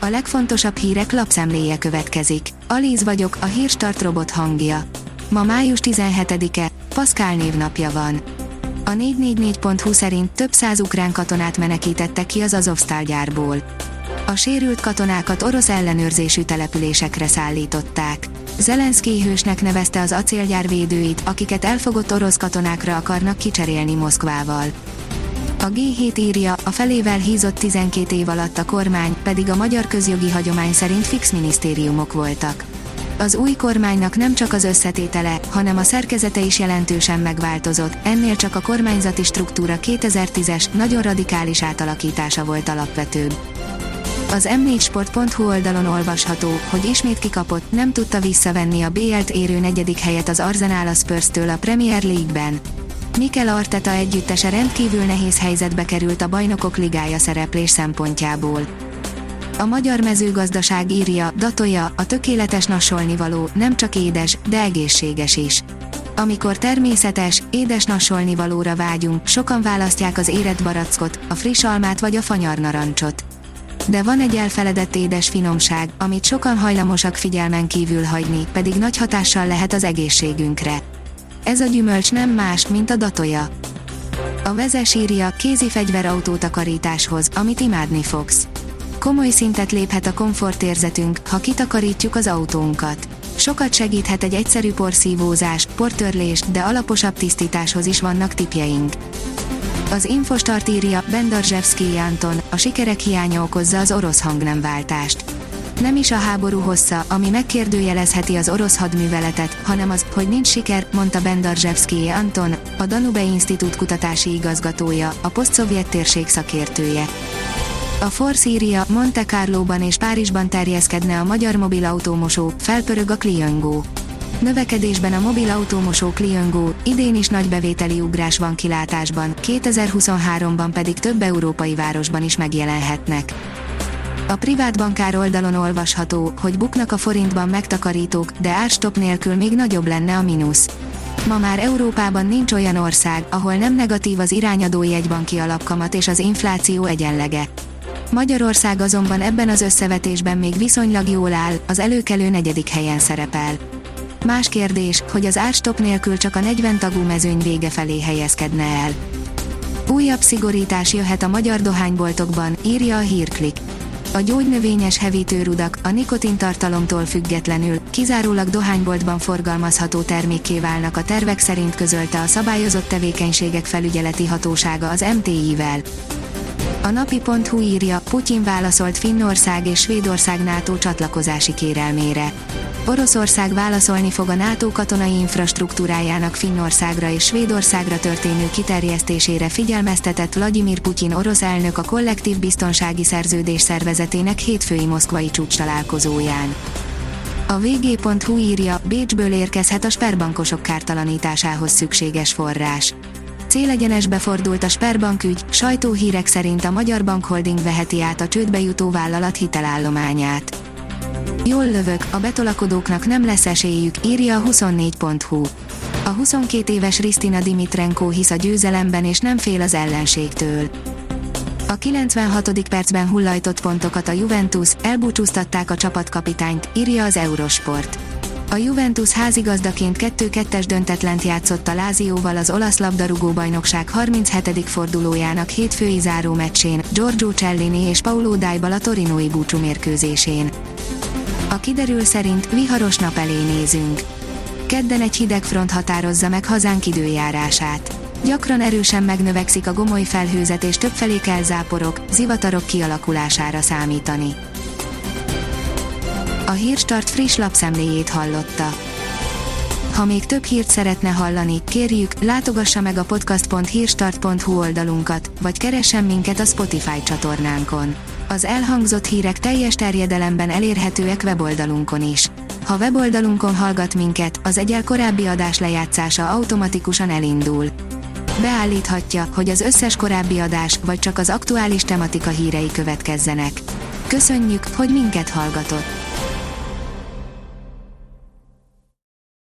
A legfontosabb hírek lapszemléje következik. Alíz vagyok, a Hírstart robot hangja. Ma május 17-e, Paszkál névnapja van. A 444.hu szerint több száz ukrán katonát menekítettek ki az Azovsztál gyárból. A sérült katonákat orosz ellenőrzésű településekre szállították. Zelenszkij hősnek nevezte az acélgyár védőit, akiket elfogott orosz katonákra akarnak kicserélni Moszkvával. A G7 írja, a felével hízott 12 év alatt a kormány, pedig a magyar közjogi hagyomány szerint fix minisztériumok voltak. Az új kormánynak nem csak az összetétele, hanem a szerkezete is jelentősen megváltozott, ennél csak a kormányzati struktúra 2010-es, nagyon radikális átalakítása volt alapvetőbb. Az m4sport.hu oldalon olvasható, hogy ismét kikapott, nem tudta visszavenni a BL-t érő 4. helyet az Arsenal a Spurs-től a Premier League-ben. Mikel Arteta együttese rendkívül nehéz helyzetbe került a Bajnokok Ligája szereplés szempontjából. A Magyar Mezőgazdaság írja, Datoja, a tökéletes nassolnivaló, nem csak édes, de egészséges is. Amikor természetes, édes nassolnivalóra vágyunk, sokan választják az érett barackot, a friss almát vagy a fanyarnarancsot. De van egy elfeledett édes finomság, amit sokan hajlamosak figyelmen kívül hagyni, pedig nagy hatással lehet az egészségünkre. Ez a gyümölcs nem más, mint a Datoja. A Vezes írja, kézi fegyver autótakarításhoz, amit imádni fogsz. Komoly szintet léphet a komfortérzetünk, ha kitakarítjuk az autónkat. Sokat segíthet egy egyszerű porszívózás, portörlés, de alaposabb tisztításhoz is vannak tippjeink. Az Infostart írja, Bendarzsevszkij Anton, a sikerek hiánya okozza az orosz hangnemváltást. Nem is a háború hossza, ami megkérdőjelezheti az orosz hadműveletet, hanem az, hogy nincs siker, mondta Bendarzsevszkij Anton, a Danube Institute kutatási igazgatója, a posztszovjet térség szakértője. A Force írja, Monte Carlóban és Párizsban terjeszkedne a magyar mobil autómosó, felpörög a Clion Go. Növekedésben a mobil autómosó Clion Go, idén is nagy bevételi ugrás van kilátásban, 2023-ban pedig több európai városban is megjelenhetnek. A privát bankár oldalon olvasható, hogy buknak a forintban megtakarítók, de árstopp nélkül még nagyobb lenne a mínusz. Ma már Európában nincs olyan ország, ahol nem negatív az irányadó jegybanki alapkamat és az infláció egyenlege. Magyarország azonban ebben az összevetésben még viszonylag jól áll, az előkelő 4. helyen szerepel. Más kérdés, hogy az árstopp nélkül csak a 40 tagú mezőny vége felé helyezkedne el. Újabb szigorítás jöhet a magyar dohányboltokban, írja a Hírklik. A gyógynövényes hevítőrudak, a nikotintartalomtól függetlenül, kizárólag dohányboltban forgalmazható termékké válnak a tervek szerint, közölte a Szabályozott Tevékenységek Felügyeleti Hatósága az MTI-vel. A napi.hu írja, Putyin válaszolt Finnország és Svédország NATO csatlakozási kérelmére. Oroszország válaszolni fog a NATO katonai infrastruktúrájának Finnországra és Svédországra történő kiterjesztésére, figyelmeztetett Vladimir Putyin orosz elnök a kollektív biztonsági szerződés szervezetének hétfői moszkvai csúcstalálkozóján. A vg.hu írja, Bécsből érkezhet a sperbankosok kártalanításához szükséges forrás. Célegyenesbe fordult a Sberbank ügy, sajtóhírek szerint a Magyar Bankholding veheti át a csődbe jutó vállalat hitelállományát. Jól lövök, a betolakodóknak nem lesz esélyük, írja a 24.hu. A 22 éves Ristina Dimitrenko hisz a győzelemben és nem fél az ellenségtől. A 96. percben hullajtott pontokat a Juventus, elbúcsúztatták a csapatkapitányt, írja az Eurosport. A Juventus házigazdaként 2-2-es döntetlent játszott a Lázióval az olasz labdarúgó-bajnokság 37. fordulójának hétfői záró meccsén, Giorgio Cellini és Paulo Dybala torinói búcsúmérkőzésén. A kiderül szerint viharos nap elé nézünk. Kedden egy hideg front határozza meg hazánk időjárását. Gyakran erősen megnövekszik a gomoly felhőzet és többfelé kell záporok, zivatarok kialakulására számítani. A Hírstart friss lapszemléjét hallotta. Ha még több hírt szeretne hallani, kérjük, látogassa meg a podcast.hírstart.hu oldalunkat, vagy keressen minket a Spotify csatornánkon. Az elhangzott hírek teljes terjedelemben elérhetőek weboldalunkon is. Ha weboldalunkon hallgat minket, az egyel korábbi adás lejátszása automatikusan elindul. Beállíthatja, hogy az összes korábbi adás, vagy csak az aktuális tematika hírei következzenek. Köszönjük, hogy minket hallgatott!